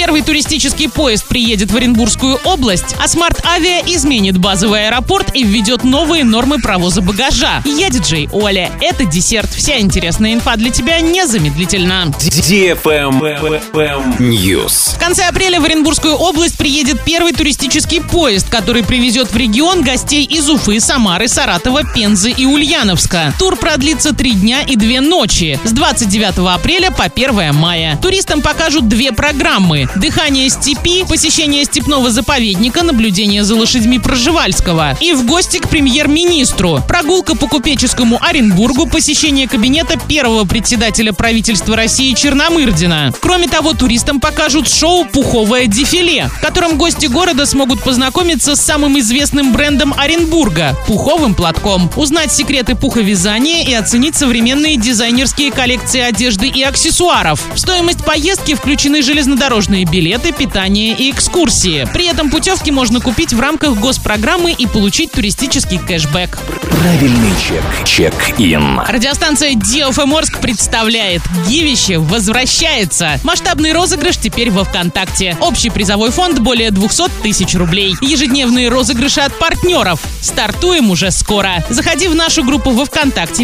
Первый туристический поезд приедет в Оренбургскую область, а Smart Avia изменит базовый аэропорт и введет новые нормы провоза багажа. Я диджей Оля. Это десерт. Вся интересная инфа для тебя незамедлительно. News. В конце апреля в Оренбургскую область приедет первый туристический поезд, который привезет в регион гостей из Уфы, Самары, Саратова, Пензы и Ульяновска. Тур продлится 3 дня и 2 ночи с 29 апреля по 1 мая. Туристам покажут 2 программы: «Дыхание степи», посещение степного заповедника, наблюдение за лошадьми Пржевальского и «В гости к премьер-министру», прогулка по купеческому Оренбургу, посещение кабинета первого председателя правительства России Черномырдина. Кроме того, туристам покажут шоу «Пуховое дефиле», в котором гости города смогут познакомиться с самым известным брендом Оренбурга – пуховым платком, узнать секреты пуховязания и оценить современные дизайнерские коллекции одежды и аксессуаров. В стоимость поездки включены железнодорожные билеты, питание и экскурсии. При этом путевки можно купить в рамках госпрограммы и получить туристический кэшбэк. Правильный чек. Чек-ин. Радиостанция DFM Орск представляет: Гивище возвращается. Масштабный розыгрыш теперь во ВКонтакте. Общий призовой фонд более 200 тысяч рублей. Ежедневные розыгрыши от партнеров. Стартуем уже скоро. Заходи в нашу группу во ВКонтакте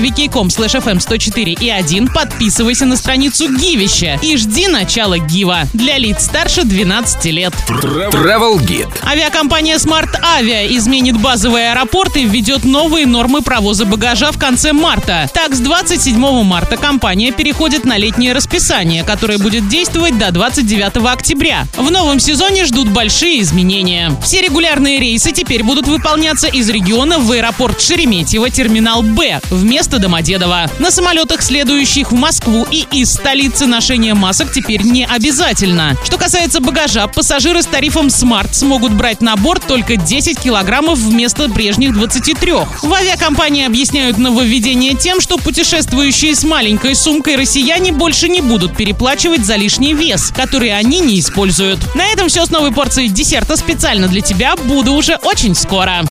vk.com/fm104.1, подписывайся на страницу Гивище и жди начала Гива для лиц старше 12 лет. Travel Guide. Авиакомпания Smart Avia изменит базовый аэропорт и введет новые нормы провоза багажа в конце марта. Так, с 27 марта компания переходит на летнее расписание, которое будет действовать до 29 октября. В новом сезоне ждут большие изменения. Все регулярные рейсы теперь будут выполняться из региона в аэропорт Шереметьево, терминал Б, вместо Домодедово. На самолетах, следующих в Москву и из столицы, ношение масок теперь не обязательно. Что касается багажа, пассажиры с тарифом Smart смогут брать на борт только 10 килограммов вместо прежних 23. В авиакомпании объясняют нововведение тем, что путешествующие с маленькой сумкой россияне больше не будут переплачивать за лишний вес, который они не используют. На этом все с новой порцией десерта специально для тебя. Буду уже очень скоро.